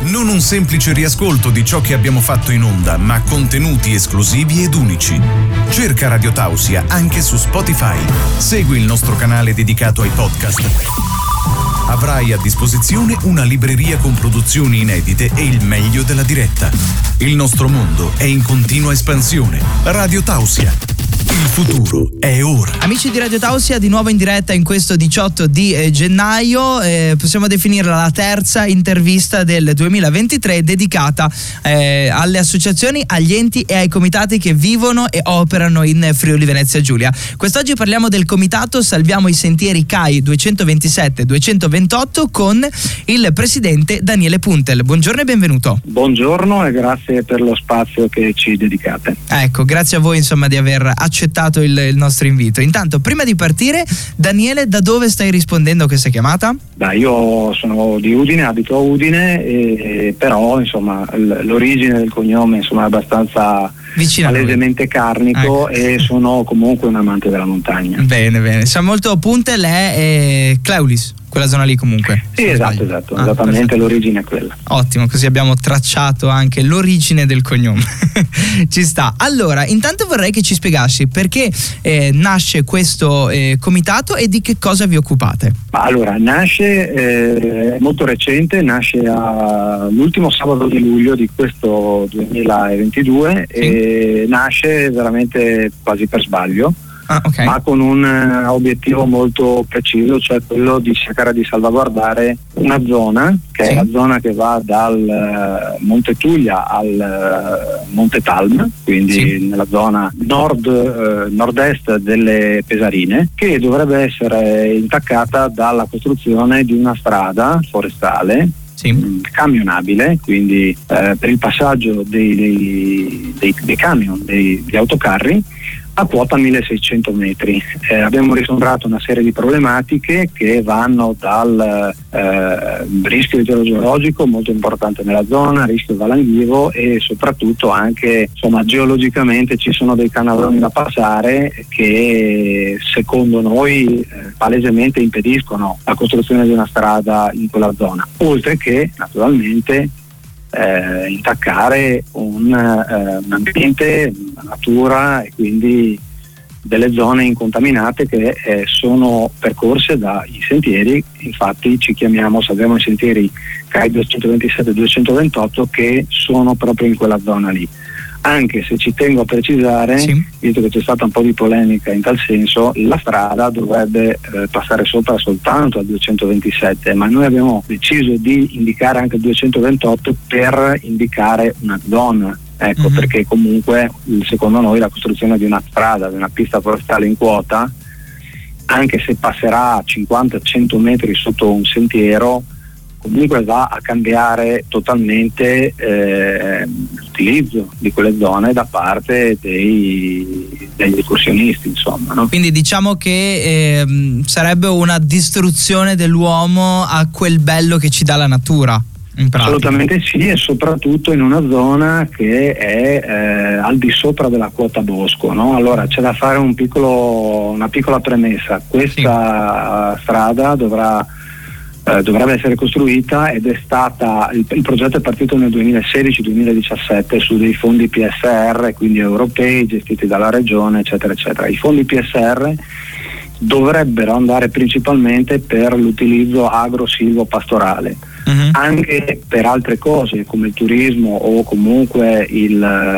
Non un semplice riascolto di ciò che abbiamo fatto in onda, ma contenuti esclusivi ed unici. Cerca Radio Tausia anche su Spotify. Segui il nostro canale dedicato ai podcast. Avrai a disposizione una libreria con produzioni inedite e il meglio della diretta. Il nostro mondo è in continua espansione. Radio Tausia. Il futuro è ora. Amici di Radio Tausia, di nuovo in diretta in questo 18 di gennaio. Possiamo definirla la terza intervista del 2023 dedicata alle associazioni, agli enti e ai comitati che vivono e operano in Friuli Venezia Giulia. Quest'oggi parliamo del comitato Salviamo i Sentieri CAI 227-228 con il presidente Daniele Puntel. Buongiorno e benvenuto. Buongiorno e grazie per lo spazio che ci dedicate. Ecco, grazie a voi insomma di aver accettato il nostro invito. Intanto, prima di partire, Daniele, da dove stai rispondendo a questa chiamata? Io sono di Udine, abito a Udine, però insomma l'origine del cognome insomma è abbastanza palesemente carnico, ecco. E sono comunque un amante della montagna. Bene. Siamo molto Puntel è Claulis, quella zona lì comunque. Sì, esatto, esattamente, perfetto. L'origine è quella. Ottimo, così abbiamo tracciato anche l'origine del cognome. Ci sta. Allora, intanto vorrei che ci spiegassi perché nasce questo comitato e di che cosa vi occupate. Allora, nasce molto recente, nasce l'ultimo sabato di luglio di questo 2022, sì. E nasce veramente quasi per sbaglio. Okay. Ma con un obiettivo molto preciso, cioè quello di cercare di salvaguardare una zona che è la zona che va dal Monte Tuglia al Monte Talm, quindi nella zona nord-est delle Pesarine, che dovrebbe essere intaccata dalla costruzione di una strada forestale camionabile, quindi per il passaggio dei camion, degli autocarri a quota 1600 metri. Abbiamo riscontrato una serie di problematiche che vanno dal rischio idrogeologico molto importante nella zona, rischio valanghivo e soprattutto anche geologicamente ci sono dei canaloni da passare che secondo noi palesemente impediscono la costruzione di una strada in quella zona, oltre che naturalmente intaccare un ambiente, una natura e quindi delle zone incontaminate che sono percorse dai sentieri. Infatti ci chiamiamo Salviamo i Sentieri CAI 227-228 che sono proprio in quella zona lì. Anche se ci tengo a precisare, visto che c'è stata un po' di polemica in tal senso, la strada dovrebbe passare sopra soltanto al 227, ma noi abbiamo deciso di indicare anche il 228 per indicare una zona. Ecco, perché comunque secondo noi la costruzione di una strada, di una pista forestale in quota, anche se passerà a 50-100 metri sotto un sentiero, comunque va a cambiare totalmente l'utilizzo di quelle zone da parte degli escursionisti, insomma, no? Quindi diciamo che sarebbe una distruzione dell'uomo a quel bello che ci dà la natura. Assolutamente sì, e soprattutto in una zona che è al di sopra della quota bosco, no? Allora c'è da fare una piccola premessa. Questa strada dovrebbe essere costruita ed è stata il progetto è partito nel 2016-2017 su dei fondi PSR, quindi europei, gestiti dalla regione, eccetera eccetera. I fondi PSR dovrebbero andare principalmente per l'utilizzo agro-silvo-pastorale, anche per altre cose come il turismo o comunque gli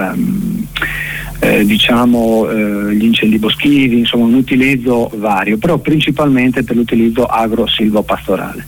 incendi boschivi, insomma un utilizzo vario, però principalmente per l'utilizzo agro-silvo-pastorale.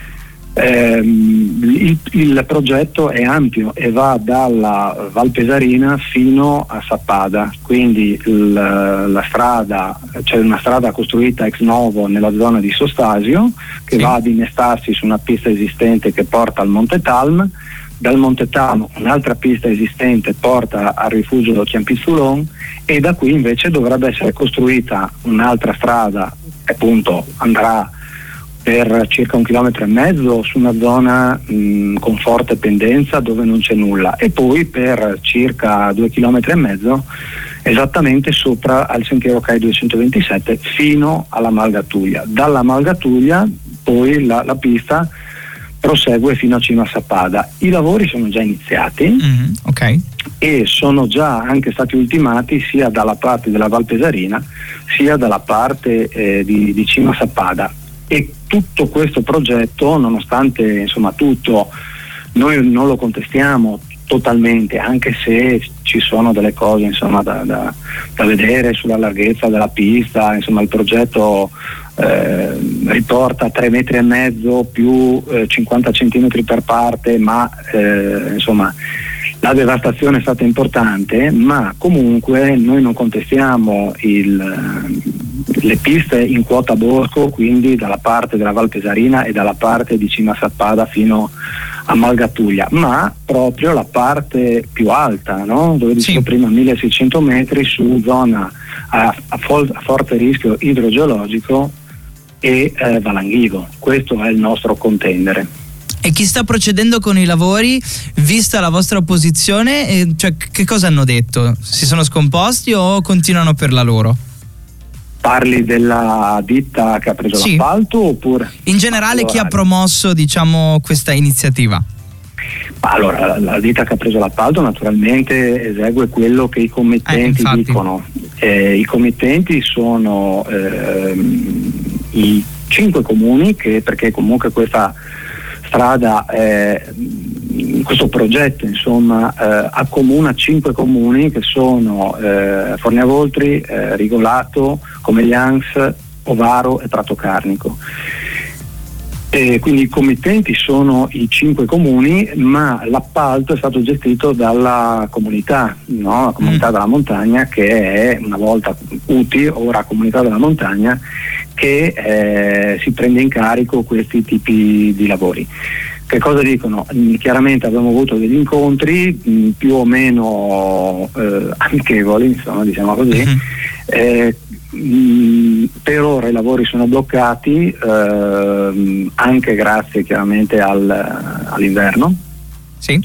Il progetto è ampio e va dalla Val Pesarina fino a Sappada, quindi la strada, c'è una strada costruita ex novo nella zona di Sostasio che va ad innestarsi su una pista esistente che porta al Monte Talm. Dal Monte Talm un'altra pista esistente porta al rifugio Chiampizzulon e da qui invece dovrebbe essere costruita un'altra strada che appunto andrà per circa 1,5 km su una zona con forte pendenza dove non c'è nulla, e poi per circa 2,5 km esattamente sopra al sentiero CAI 227 fino alla Malgatuglia. Dalla Malgatuglia poi la pista prosegue fino a Cima Sappada. I lavori sono già iniziati, ok, e sono già anche stati ultimati sia dalla parte della Val Pesarina sia dalla parte di Cima Sappada. E tutto questo progetto, nonostante insomma tutto, noi non lo contestiamo totalmente, anche se ci sono delle cose insomma da vedere sulla larghezza della pista. Insomma, il progetto riporta 3,5 metri più 50 centimetri per parte, ma insomma la devastazione è stata importante, ma comunque noi non contestiamo le piste in quota bosco, quindi dalla parte della Val Pesarina e dalla parte di Cima Sappada fino a Malgatuglia, ma proprio la parte più alta, no? Dove dicevo prima 1600 metri su zona a forte rischio idrogeologico e Valanghigo. Questo è il nostro contendere. E chi sta procedendo con i lavori, vista la vostra posizione, cioè che cosa hanno detto? Si sono scomposti o continuano per la loro? Parli della ditta che ha preso l'appalto oppure? In generale chi ha promosso, diciamo, questa iniziativa? Allora, la ditta che ha preso l'appalto naturalmente esegue quello che i committenti dicono. I committenti sono i 5 comuni, perché comunque questa strada, questo progetto insomma accomuna 5 comuni che sono Forniavoltri, Rigolato, Comeglians, Ovaro e Prato Carnico. Quindi i committenti sono i 5 comuni, ma l'appalto è stato gestito dalla comunità, no? La comunità della montagna, che è una volta UTI, ora comunità della montagna, che si prende in carico questi tipi di lavori. Che cosa dicono? Chiaramente abbiamo avuto degli incontri più o meno amichevoli, insomma, diciamo così. Per ora i lavori sono bloccati, anche grazie chiaramente all'inverno. Sì.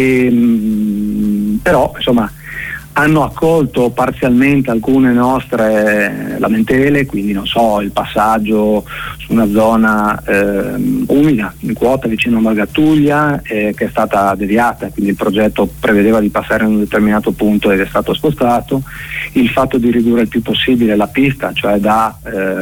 Però insomma hanno accolto parzialmente alcune nostre lamentele, quindi non so, il passaggio su una zona umida in quota vicino a Malgatuglia che è stata deviata, quindi il progetto prevedeva di passare in un determinato punto ed è stato spostato, il fatto di ridurre il più possibile la pista, cioè da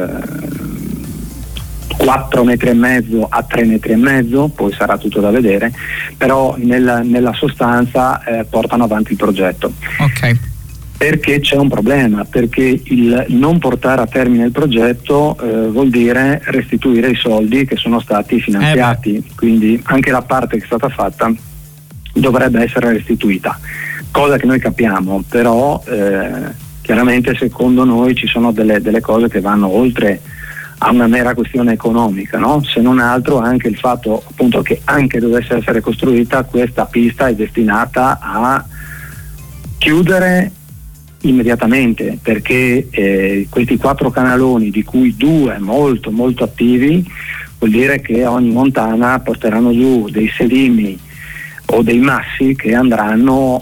4,5 metri a 3,5 metri, poi sarà tutto da vedere, però nella sostanza portano avanti il progetto. Ok. Perché c'è un problema, perché il non portare a termine il progetto vuol dire restituire i soldi che sono stati finanziati, quindi anche la parte che è stata fatta dovrebbe essere restituita, cosa che noi capiamo, però chiaramente secondo noi ci sono delle cose che vanno oltre a una mera questione economica, no? Se non altro anche il fatto appunto che anche dovesse essere costruita questa pista è destinata a chiudere immediatamente, perché questi 4 canaloni, di cui 2 molto molto attivi, vuol dire che ogni montana porteranno giù dei sedimi o dei massi che andranno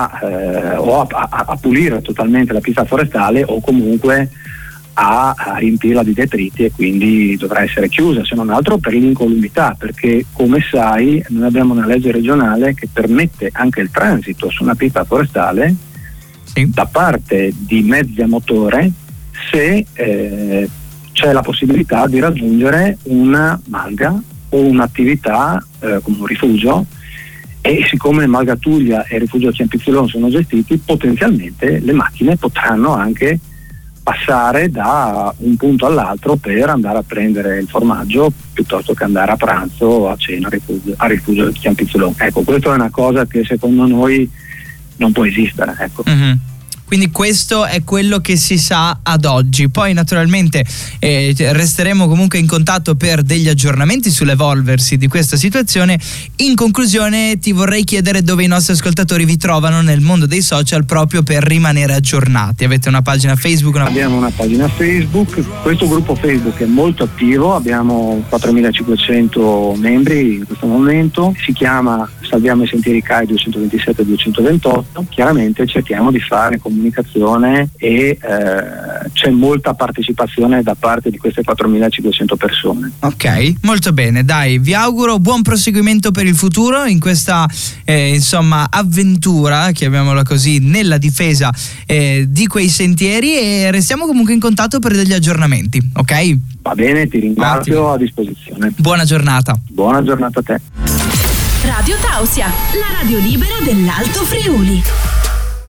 a pulire totalmente la pista forestale o comunque a riempirla di detriti, e quindi dovrà essere chiusa, se non altro per l'incolumità, perché come sai noi abbiamo una legge regionale che permette anche il transito su una pista forestale da parte di mezzi a motore se c'è la possibilità di raggiungere una malga o un'attività come un rifugio, e siccome Malgatuglia e il rifugio Ciampizzolone sono gestiti, potenzialmente le macchine potranno anche passare da un punto all'altro per andare a prendere il formaggio piuttosto che andare a pranzo o a cena a rifugio Ciampizzolone. Ecco, questa è una cosa che secondo noi non può esistere, ecco. Quindi questo è quello che si sa ad oggi. Poi naturalmente resteremo comunque in contatto per degli aggiornamenti sull'evolversi di questa situazione. In conclusione ti vorrei chiedere dove i nostri ascoltatori vi trovano nel mondo dei social proprio per rimanere aggiornati. Avete una pagina Facebook? Abbiamo una pagina Facebook, questo gruppo Facebook è molto attivo, abbiamo 4.500 membri in questo momento, si chiama Salviamo i Sentieri CAI 227-228, chiaramente cerchiamo di fare come comunicazione e c'è molta partecipazione da parte di queste 4.500 persone. Ok, molto bene, dai, vi auguro buon proseguimento per il futuro in questa avventura, chiamiamola così, nella difesa di quei sentieri, e restiamo comunque in contatto per degli aggiornamenti, ok? Va bene, ti ringrazio. Ottimo. A disposizione. Buona giornata. Buona giornata a te. Radio Tausia, la radio libera dell'Alto Friuli.